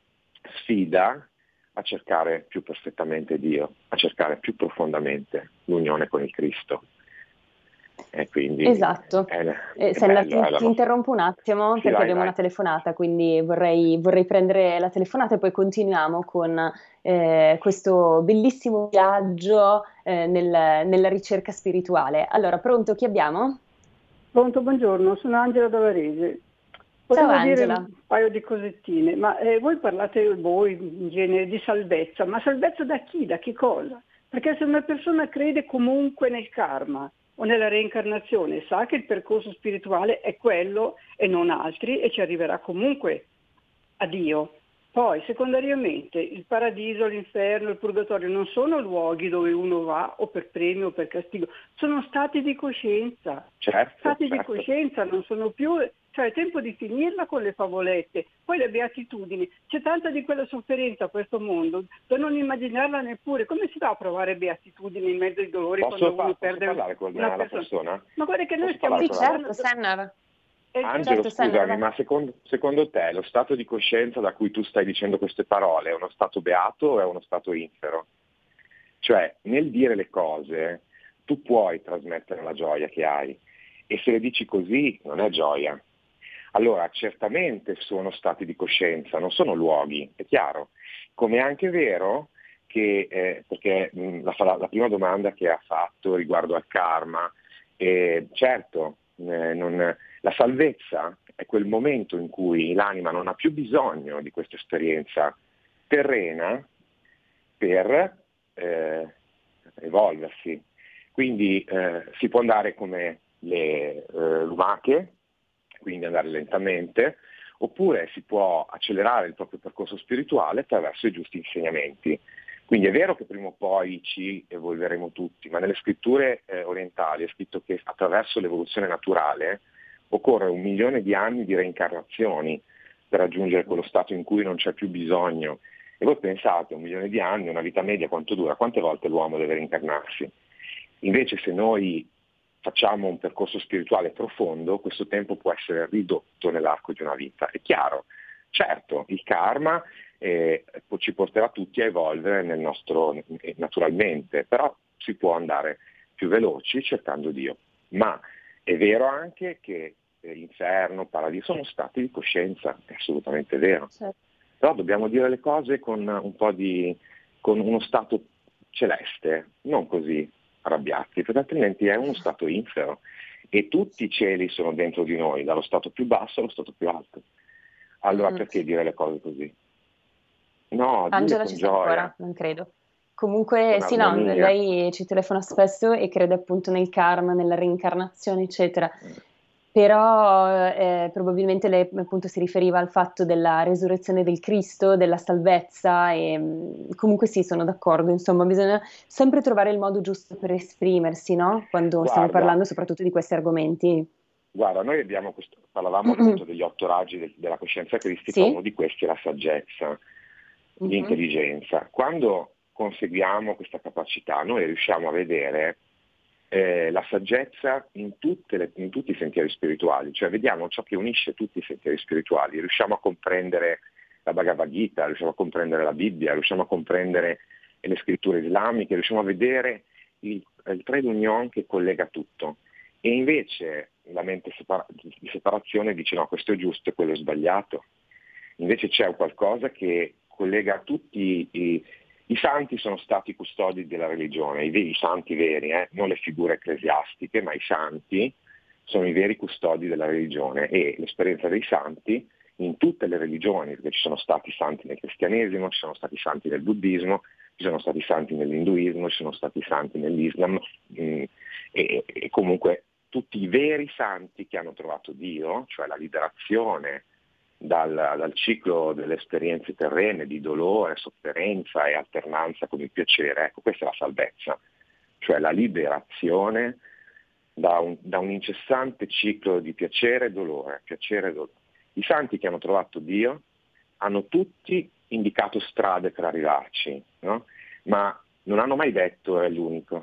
sfida a cercare più perfettamente Dio, a cercare più profondamente l'unione con il Cristo. E quindi esatto. Senna, ti interrompo un attimo perché abbiamo una telefonata, quindi vorrei prendere la telefonata e poi continuiamo con questo bellissimo viaggio nella ricerca spirituale. Allora, pronto, chi abbiamo? Pronto, buongiorno, sono Angela da Varese. Ciao Angela. Dire un paio di cosettine, ma voi parlate in genere di salvezza, ma salvezza da chi? Da che cosa? Perché se una persona crede comunque nel karma o nella reincarnazione, sa che il percorso spirituale è quello e non altri e ci arriverà comunque a Dio. Poi, secondariamente, il paradiso, l'inferno, il purgatorio non sono luoghi dove uno va o per premio o per castigo, sono stati di coscienza. Stati di coscienza non sono più, cioè è tempo di finirla con le favolette. Poi le beatitudini, c'è tanta di quella sofferenza a questo mondo da non immaginarla neppure. Come si fa a provare beatitudini in mezzo ai dolori quando uno perde parlare con una persona? Ma guarda che noi stiamo... Sì, certo, Senna. Angelo, scusami, ma secondo te lo stato di coscienza da cui tu stai dicendo queste parole è uno stato beato o è uno stato infero? Cioè, nel dire le cose, tu puoi trasmettere la gioia che hai, e se le dici così non è gioia. Allora certamente sono stati di coscienza, non sono luoghi, è chiaro, come è anche vero che, perché la prima domanda che ha fatto riguardo al karma, certo, la salvezza è quel momento in cui l'anima non ha più bisogno di questa esperienza terrena per evolversi. Quindi si può andare come le lumache, quindi andare lentamente, oppure si può accelerare il proprio percorso spirituale attraverso i giusti insegnamenti. Quindi è vero che prima o poi ci evolveremo tutti, ma nelle scritture orientali è scritto che attraverso l'evoluzione naturale occorre 1 milione di anni di reincarnazioni per raggiungere quello stato in cui non c'è più bisogno. E voi pensate, 1 milione di anni, una vita media quanto dura? Quante volte l'uomo deve reincarnarsi? Invece se noi facciamo un percorso spirituale profondo, questo tempo può essere ridotto nell'arco di una vita. È chiaro, certo, il karma ci porterà tutti a evolvere nel nostro, naturalmente, però si può andare più veloci cercando Dio. Ma è vero anche che inferno, paradiso sono stati di coscienza, è assolutamente vero. Certo. Però dobbiamo dire le cose con uno stato celeste, non così arrabbiati, perché altrimenti è uno stato infero, e tutti i cieli sono dentro di noi, dallo stato più basso allo stato più alto. Allora perché dire le cose così? No, Angela ci sta ancora, non credo. Comunque sì, no, lei ci telefona spesso e crede appunto nel karma, nella reincarnazione, eccetera. Però probabilmente lei appunto si riferiva al fatto della resurrezione del Cristo, della salvezza, e comunque sì, sono d'accordo, insomma bisogna sempre trovare il modo giusto per esprimersi, no? Quando stiamo parlando soprattutto di questi argomenti. Guarda, noi abbiamo parlavamo appunto degli 8 raggi della coscienza cristica, sì? Uno di questi è la saggezza, l'intelligenza. Quando conseguiamo questa capacità noi riusciamo a vedere la saggezza in tutti i sentieri spirituali, cioè vediamo ciò che unisce tutti i sentieri spirituali, riusciamo a comprendere la Bhagavad Gita, riusciamo a comprendere la Bibbia, riusciamo a comprendere le scritture islamiche, riusciamo a vedere il trade union che collega tutto. E invece la mente di separazione dice no, questo è giusto e quello è sbagliato. Invece c'è qualcosa che collega tutti i santi. Sono stati custodi della religione, i santi veri, non le figure ecclesiastiche, ma i santi sono i veri custodi della religione, e l'esperienza dei santi in tutte le religioni, perché ci sono stati santi nel cristianesimo, ci sono stati santi nel buddismo, ci sono stati santi nell'induismo, ci sono stati santi nell'Islam, e comunque tutti i veri santi che hanno trovato Dio, cioè la liberazione dal ciclo delle esperienze terrene di dolore, sofferenza e alternanza con il piacere. Ecco, questa è la salvezza, cioè la liberazione da un incessante ciclo di piacere e dolore, piacere e dolore. I santi che hanno trovato Dio hanno tutti indicato strade per arrivarci, no? Ma non hanno mai detto è l'unico.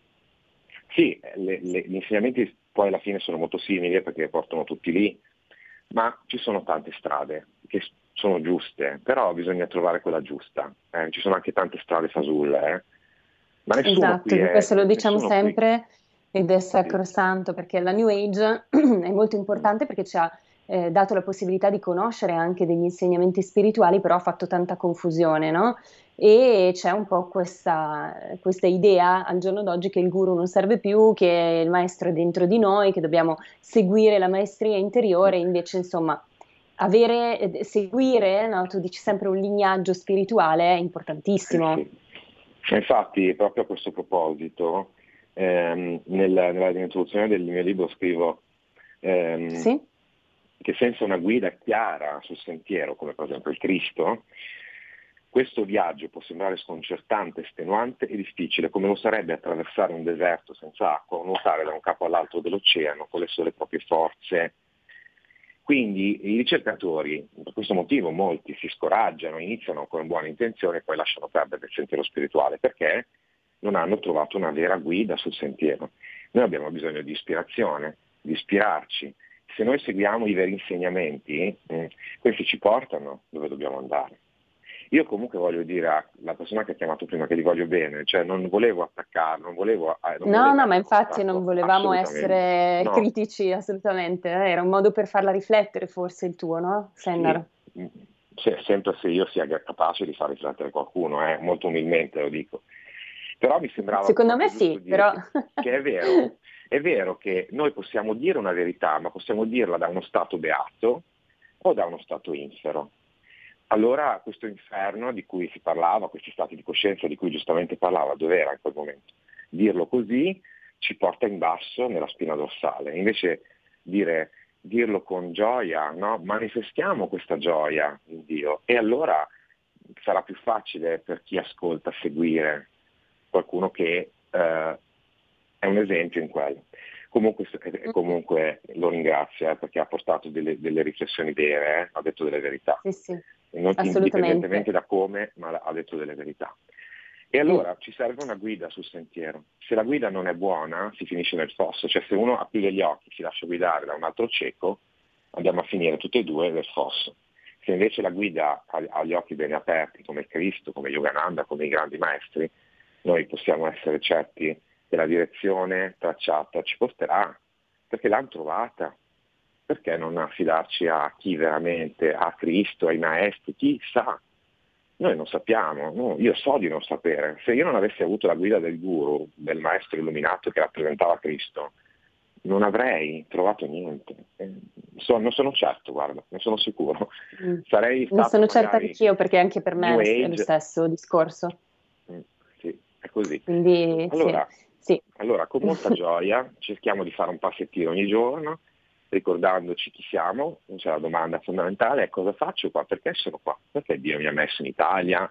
Sì, gli insegnamenti poi alla fine sono molto simili perché portano tutti lì, ma ci sono tante strade che sono giuste, però bisogna trovare quella giusta. Ci sono anche tante strade fasulle, ma nessuno qui è, questo lo diciamo sempre qui. Ed è sacrosanto, perché la New Age è molto importante perché ci ha dato la possibilità di conoscere anche degli insegnamenti spirituali, però ha fatto tanta confusione, no? E c'è un po' questa idea al giorno d'oggi che il guru non serve più, che il maestro è dentro di noi, che dobbiamo seguire la maestria interiore, invece insomma seguire, no? Tu dici sempre un lignaggio spirituale è importantissimo. Sì. Infatti proprio a questo proposito nell'introduzione del mio libro scrivo sì? che senza una guida chiara sul sentiero, come per esempio il Cristo, questo viaggio può sembrare sconcertante, estenuante e difficile, come lo sarebbe attraversare un deserto senza acqua o nuotare da un capo all'altro dell'oceano con le sole proprie forze. Quindi i ricercatori, per questo motivo molti si scoraggiano, iniziano con buone intenzioni e poi lasciano perdere il sentiero spirituale, perché non hanno trovato una vera guida sul sentiero. Noi abbiamo bisogno di ispirazione, di ispirarci. Se noi seguiamo i veri insegnamenti, questi ci portano dove dobbiamo andare. Io comunque voglio dire alla persona che ha chiamato prima che gli voglio bene, cioè non volevo attaccarlo, non volevo No, ma essere infatti non attaccato, volevamo assolutamente. essere No, critici, assolutamente. Era un modo per farla riflettere, forse il tuo, no, Sennar? sì, sempre se io sia capace di far riflettere qualcuno, molto umilmente lo dico. Però mi sembrava Secondo me proprio giusto sì, dire però... che è vero che noi possiamo dire una verità, ma possiamo dirla da uno stato beato o da uno stato infero. Allora questo inferno di cui si parlava, questi stati di coscienza di cui giustamente parlava, dove era in quel momento? Dirlo così ci porta in basso nella spina dorsale. Invece dirlo con gioia, no? Manifestiamo questa gioia in Dio e allora sarà più facile per chi ascolta seguire qualcuno che è un esempio in quello. Comunque lo ringrazio perché ha portato delle riflessioni vere, ha detto delle verità. Sì, Indipendentemente assolutamente. da come, ma ha detto delle verità. E allora ci serve una guida sul sentiero. Se la guida non è buona, si finisce nel fosso. Cioè se uno apre gli occhi e si lascia guidare da un altro cieco, andiamo a finire tutti e due nel fosso. Se invece la guida ha gli occhi bene aperti, come Cristo, come Yogananda, come i grandi maestri, noi possiamo essere certi che la direzione tracciata ci porterà, perché l'hanno trovata. Perché non affidarci a chi veramente, a Cristo, ai maestri, chi sa? Noi non sappiamo, no? Io so di non sapere. Se io non avessi avuto la guida del guru, del maestro illuminato che rappresentava Cristo, non avrei trovato niente. Non sono certo, guarda, ne sono sicuro. Sarei Ne stato sono certa magari anch'io, perché anche per me New è lo Age. stesso discorso. Sì, è così. Quindi sì. Allora, con molta gioia cerchiamo di fare un passettino ogni giorno, ricordandoci chi siamo. C'è la domanda fondamentale è: cosa faccio qua? Perché sono qua? Perché Dio mi ha messo in Italia?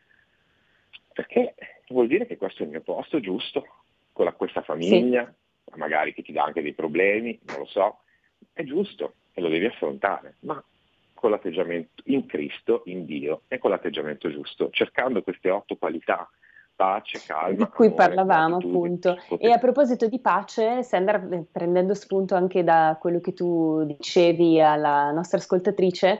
Perché vuol dire che questo è il mio posto giusto, con questa famiglia, magari che ti dà anche dei problemi, non lo so, è giusto e lo devi affrontare, ma con l'atteggiamento in Cristo, in Dio, e con l'atteggiamento giusto, cercando queste 8 qualità: pace, calma, Di cui amore, parlavamo gratitudine, appunto. E a proposito di pace, Sandra, prendendo spunto anche da quello che tu dicevi alla nostra ascoltatrice,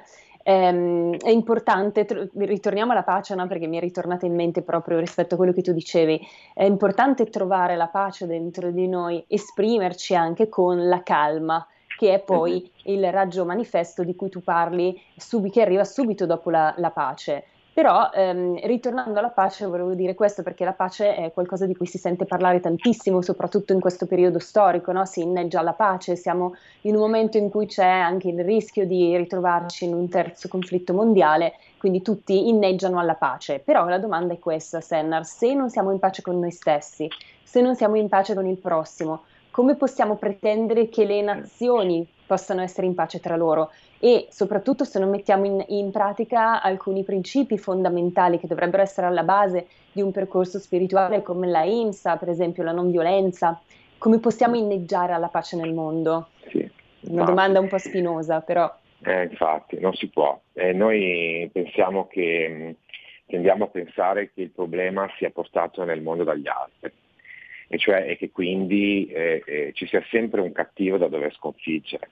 è importante, ritorniamo alla pace, no? Perché mi è ritornata in mente proprio rispetto a quello che tu dicevi, è importante trovare la pace dentro di noi, esprimerci anche con la calma, che è poi il raggio manifesto di cui tu parli, che arriva subito dopo la pace. Però ritornando alla pace volevo dire questo, perché la pace è qualcosa di cui si sente parlare tantissimo, soprattutto in questo periodo storico, no? Si inneggia alla pace, siamo in un momento in cui c'è anche il rischio di ritrovarci in un terzo conflitto mondiale, quindi tutti inneggiano alla pace. Però la domanda è questa, Sennar: se non siamo in pace con noi stessi, se non siamo in pace con il prossimo, come possiamo pretendere che le nazioni possano essere in pace tra loro? E soprattutto se non mettiamo in pratica alcuni principi fondamentali che dovrebbero essere alla base di un percorso spirituale come la IMSA, per esempio la non violenza, come possiamo inneggiare alla pace nel mondo? Una domanda un po' spinosa, però. Infatti, non si può. Noi tendiamo a pensare che il problema sia portato nel mondo dagli altri, e che quindi ci sia sempre un cattivo da dover sconfiggere.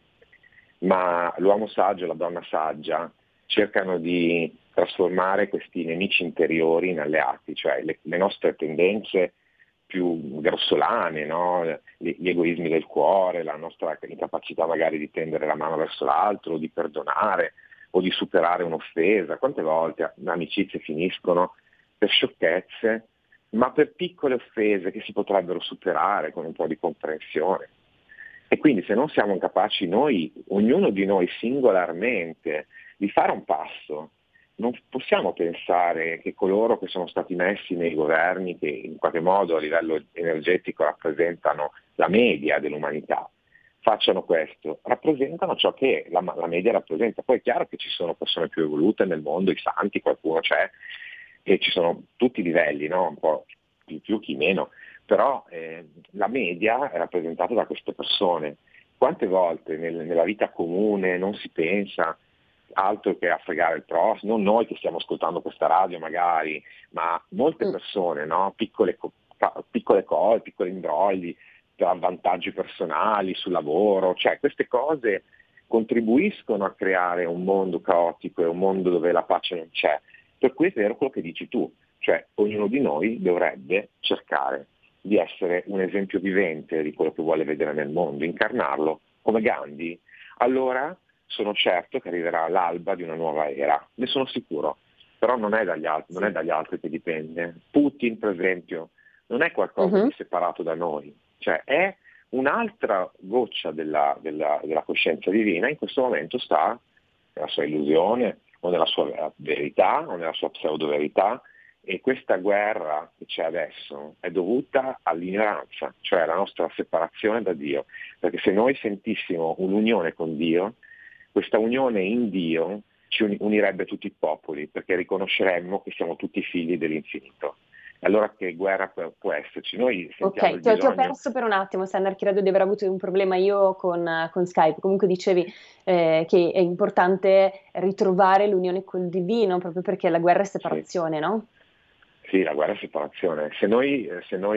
Ma l'uomo saggio e la donna saggia cercano di trasformare questi nemici interiori in alleati, cioè le nostre tendenze più grossolane, no? Gli egoismi del cuore, la nostra incapacità magari di tendere la mano verso l'altro, di perdonare o di superare un'offesa. Quante volte le amicizie finiscono per sciocchezze, ma per piccole offese che si potrebbero superare con un po' di comprensione. E quindi se non siamo capaci noi, ognuno di noi singolarmente, di fare un passo, non possiamo pensare che coloro che sono stati messi nei governi, che in qualche modo a livello energetico rappresentano la media dell'umanità, facciano questo. Rappresentano ciò che la media rappresenta. Poi è chiaro che ci sono persone più evolute nel mondo, i santi, qualcuno c'è, e ci sono tutti i livelli, no? Un po' chi più, chi meno. Però la media è rappresentata da queste persone. Quante volte nella vita comune non si pensa altro che a fregare il prossimo, non noi che stiamo ascoltando questa radio magari, ma molte persone, no? Piccole cose, piccoli imbrogli, per vantaggi personali sul lavoro, cioè queste cose contribuiscono a creare un mondo caotico e un mondo dove la pace non c'è. Per cui è vero quello che dici tu, cioè ognuno di noi dovrebbe cercare di essere un esempio vivente di quello che vuole vedere nel mondo, incarnarlo come Gandhi. Allora sono certo che arriverà l'alba di una nuova era, ne sono sicuro, però non è dagli altri che dipende. Putin, per esempio, non è qualcosa di separato da noi, cioè è un'altra goccia della coscienza divina, in questo momento sta nella sua illusione o nella sua verità o nella sua pseudo-verità, e questa guerra che c'è adesso è dovuta all'ignoranza, cioè alla nostra separazione da Dio, perché se noi sentissimo un'unione con Dio, questa unione in Dio ci unirebbe tutti i popoli, perché riconosceremmo che siamo tutti figli dell'infinito. Allora che guerra può esserci? Noi sentiamo ti ho perso per un attimo, Sander, credo di aver avuto un problema io con Skype. Comunque dicevi che è importante ritrovare l'unione col divino, proprio perché la guerra è separazione, no? Sì, la guerra è separazione. Se noi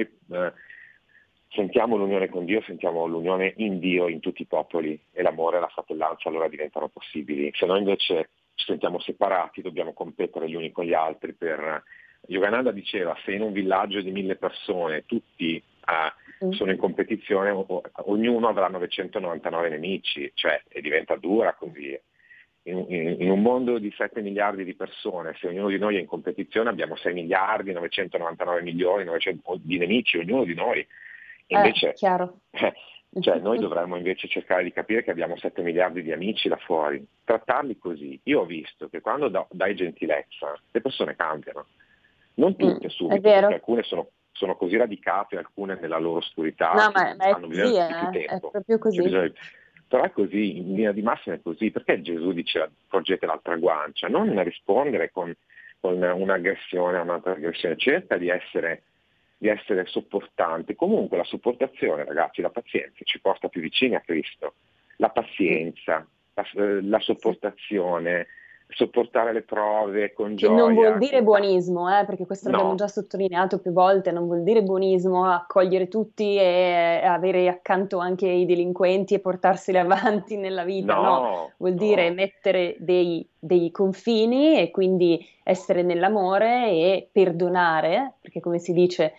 sentiamo l'unione con Dio, sentiamo l'unione in Dio, in tutti i popoli, e l'amore e la fratellanza allora diventano possibili. Se noi invece ci sentiamo separati, dobbiamo competere gli uni con gli altri per... Yogananda diceva, se in un villaggio di 1000 persone tutti sono in competizione, ognuno avrà 999 nemici, cioè, e diventa dura così. In un mondo di 7 miliardi di persone, se ognuno di noi è in competizione, abbiamo 6 miliardi, 999 milioni di nemici, ognuno di noi. Invece, chiaro. Cioè, noi dovremmo invece cercare di capire che abbiamo 7 miliardi di amici là fuori, trattarli così. Io ho visto che quando dai gentilezza, le persone cambiano. Non tutte subito, perché alcune sono così radicate, alcune nella loro oscurità, no, ma hanno è così, bisogno di più tempo. È proprio così. Però è così, in linea di massima è così. Perché Gesù diceva porgete l'altra guancia? Non rispondere con un'aggressione a un'altra aggressione, cerca di essere sopportante. Comunque la sopportazione, ragazzi, la pazienza ci porta più vicini a Cristo. La pazienza, la sopportazione, sopportare le prove con gioia. Che non vuol dire buonismo, perché questo l'abbiamo già sottolineato più volte, non vuol dire buonismo, accogliere tutti e avere accanto anche i delinquenti e portarseli avanti nella vita, no. Vuol dire mettere dei confini e quindi essere nell'amore e perdonare, perché come si dice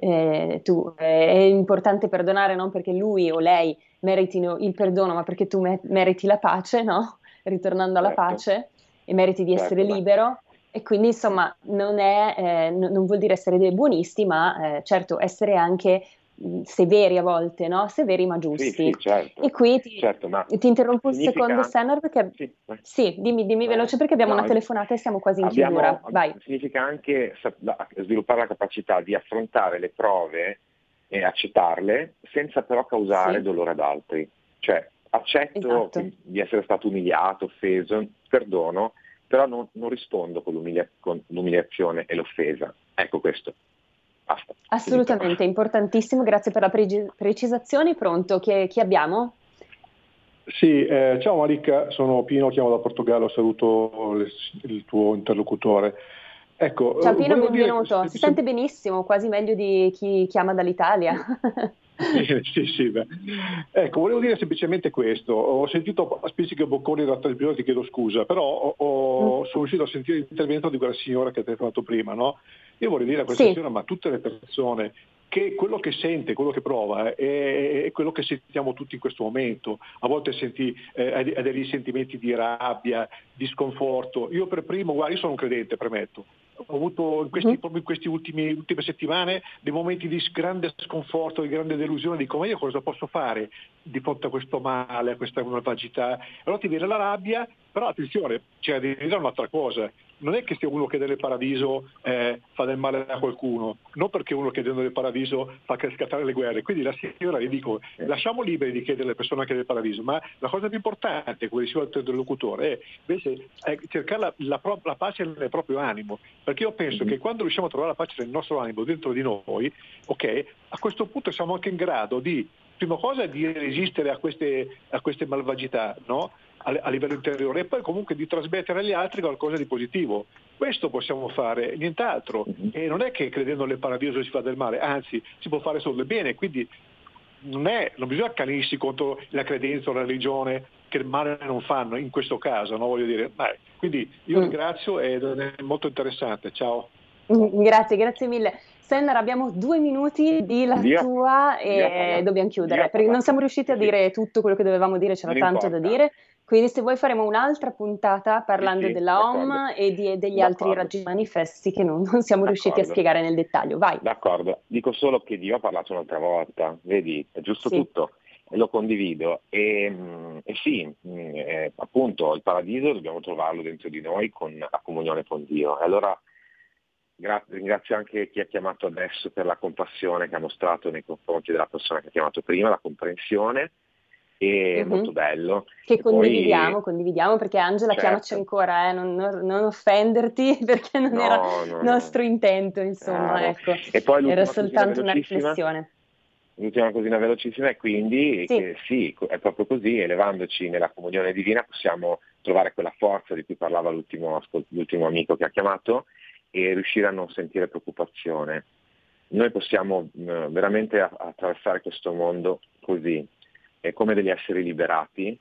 è importante perdonare non perché lui o lei meritino il perdono, ma perché tu meriti la pace, no? Ritornando alla pace, e meriti di essere libero, e quindi insomma non vuol dire essere dei buonisti, ma certo essere anche severi a volte, no? Severi ma giusti. Sì, certo. E qui ti interrompo un significa... secondo, Sennar, perché dimmi veloce, perché abbiamo una telefonata e siamo quasi in chiusura. Vai. Significa anche sviluppare la capacità di affrontare le prove e accettarle senza però causare dolore ad altri. Cioè accetto di essere stato umiliato, offeso, perdono, però non rispondo con l'umiliazione e l'offesa. Ecco questo. Basta. Assolutamente, importantissimo, grazie per la precisazione. Pronto, chi abbiamo? Sì, ciao Marica, sono Pino, chiamo da Portogallo, saluto il tuo interlocutore. Ecco, ciao Pino, benvenuto. Si sente benissimo, quasi meglio di chi chiama dall'Italia. Sì, beh. Ecco, volevo dire semplicemente questo. Ho sentito a spizzichi e bocconi da 3 episodi, ti chiedo scusa, però sono riuscito a sentire l'intervento di quella signora che ha telefonato prima, no? Io vorrei dire a questa signora, ma a tutte le persone, che quello che sente, quello che prova è quello che sentiamo tutti in questo momento. A volte hai degli sentimenti di rabbia, di sconforto. Io per primo, guarda, io sono un credente, premetto. Ho avuto proprio in queste ultime settimane dei momenti di grande sconforto, di grande delusione, dico ma io cosa posso fare di fronte a questo male, a questa malvagità? Allora ti viene la rabbia, però attenzione, c'è da dire un'altra cosa. Non è che se uno chiede il paradiso fa del male a qualcuno, non perché uno chiedendo il paradiso fa scattare le guerre. Quindi la signora gli dico, lasciamo liberi di chiedere alle persone anche del paradiso, ma la cosa più importante, come diceva il interlocutore, è invece cercare la pace nel proprio animo, perché io penso che quando riusciamo a trovare la pace nel nostro animo, dentro di noi, a questo punto siamo anche in grado di, prima cosa, di resistere a queste malvagità, no? A livello interiore, e poi comunque di trasmettere agli altri qualcosa di positivo. Questo possiamo fare, nient'altro. E non è che credendo nel paradiso si fa del male, anzi si può fare solo del bene. Quindi non bisogna accanirsi contro la credenza o la religione, che male non fanno in questo caso, no? Voglio dire, quindi io ringrazio ed è molto interessante. Ciao. Grazie mille. Sennar, abbiamo 2 minuti di la tua e dobbiamo chiudere, perché non siamo riusciti a dire tutto quello che dovevamo dire, c'era tanto da dire, quindi se vuoi faremo un'altra puntata parlando della OM e degli altri raggi manifesti che non siamo riusciti a spiegare nel dettaglio. Vai. D'accordo, dico solo che Dio ha parlato un'altra volta, vedi, è giusto tutto, e lo condivido, appunto il paradiso dobbiamo trovarlo dentro di noi con la comunione con Dio, e allora ringrazio anche chi ha chiamato adesso per la compassione che ha mostrato nei confronti della persona che ha chiamato prima, la comprensione, è molto bello. Che condividiamo perché Angela chiamaci ancora, non offenderti perché non era nostro intento, insomma, ecco. E poi era soltanto una riflessione. L'ultima cosina velocissima è quindi che è proprio così, elevandoci nella comunione divina possiamo trovare quella forza di cui parlava l'ultimo amico che ha chiamato, e riuscire a non sentire preoccupazione. Noi possiamo veramente attraversare questo mondo così, come degli esseri liberati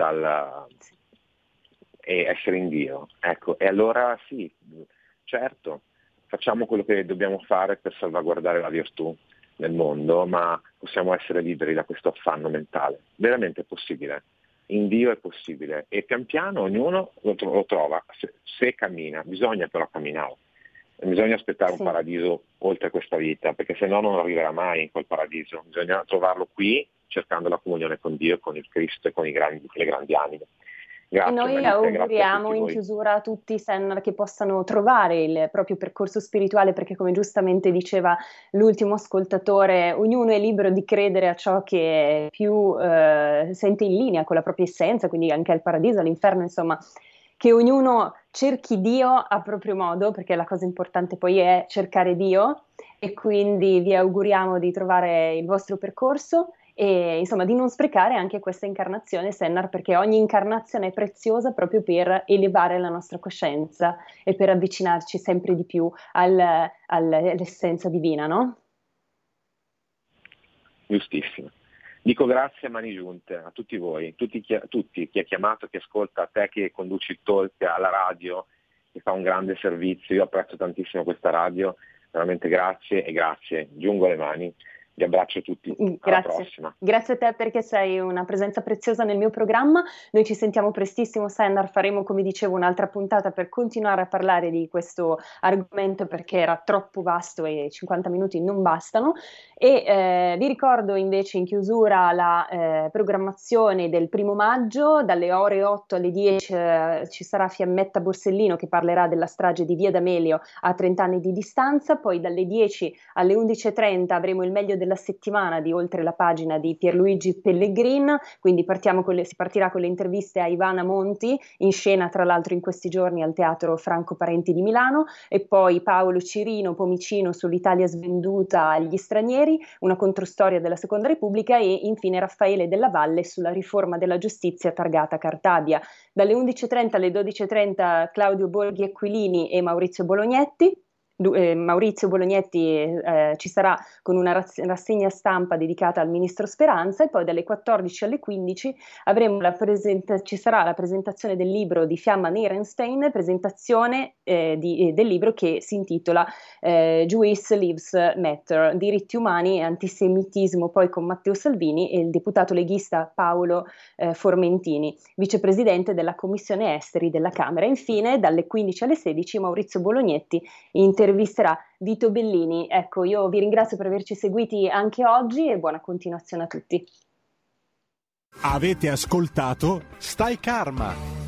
e essere in Dio. Ecco, e allora certo, facciamo quello che dobbiamo fare per salvaguardare la virtù nel mondo, ma possiamo essere liberi da questo affanno mentale. Veramente è possibile. In Dio è possibile. E pian piano ognuno lo trova, se cammina. Bisogna però camminare. Bisogna aspettare un paradiso oltre questa vita, perché se no non arriverà mai in quel paradiso. Bisogna trovarlo qui, cercando la comunione con Dio, con il Cristo e con le grandi anime. Grazie, e noi auguriamo in chiusura a tutti, Sennar, che possano trovare il proprio percorso spirituale, perché come giustamente diceva l'ultimo ascoltatore, ognuno è libero di credere a ciò che più sente in linea con la propria essenza, quindi anche al paradiso, all'inferno, insomma, che ognuno cerchi Dio a proprio modo, perché la cosa importante poi è cercare Dio, e quindi vi auguriamo di trovare il vostro percorso e insomma di non sprecare anche questa incarnazione, Sennar, perché ogni incarnazione è preziosa proprio per elevare la nostra coscienza e per avvicinarci sempre di più all'essenza divina, no? Giustissimo. Dico grazie a mani giunte a tutti voi, tutti chi ha chiamato, chi ascolta, a te che conduci il talk alla radio, che fa un grande servizio. Io apprezzo tantissimo questa radio, veramente grazie e grazie. Giungo le mani. Vi abbraccio tutti, alla prossima. Grazie a te perché sei una presenza preziosa nel mio programma. Noi ci sentiamo prestissimo, Sennar, faremo come dicevo un'altra puntata per continuare a parlare di questo argomento perché era troppo vasto e 50 minuti non bastano. E vi ricordo invece in chiusura la programmazione del 1 maggio, dalle ore 8 alle 10 ci sarà Fiammetta Borsellino che parlerà della strage di Via D'Amelio a 30 anni di distanza, poi dalle 10 alle 11.30 avremo il meglio della settimana di Oltre la pagina di Pierluigi Pellegrin, quindi si partirà con le interviste a Ivana Monti, in scena tra l'altro in questi giorni al Teatro Franco Parenti di Milano, e poi Paolo Cirino Pomicino sull'Italia svenduta agli stranieri, una controstoria della Seconda Repubblica, e infine Raffaele Della Valle sulla riforma della giustizia targata Cartabia. Dalle 11.30 alle 12.30 Claudio Borghi Aquilini e Maurizio Bolognetti. Maurizio Bolognetti ci sarà con una rassegna stampa dedicata al ministro Speranza, e poi dalle 14 alle 15 ci sarà la presentazione del libro di Fiamma Nierenstein, presentazione del libro che si intitola Jewish Lives Matter, diritti umani e antisemitismo, poi con Matteo Salvini e il deputato leghista Paolo Formentini, vicepresidente della Commissione Esteri della Camera. Infine dalle 15 alle 16 Maurizio Bolognetti intervisterà Vito Bellini. Ecco, io vi ringrazio per averci seguiti anche oggi e buona continuazione a tutti. Avete ascoltato Stai Karma.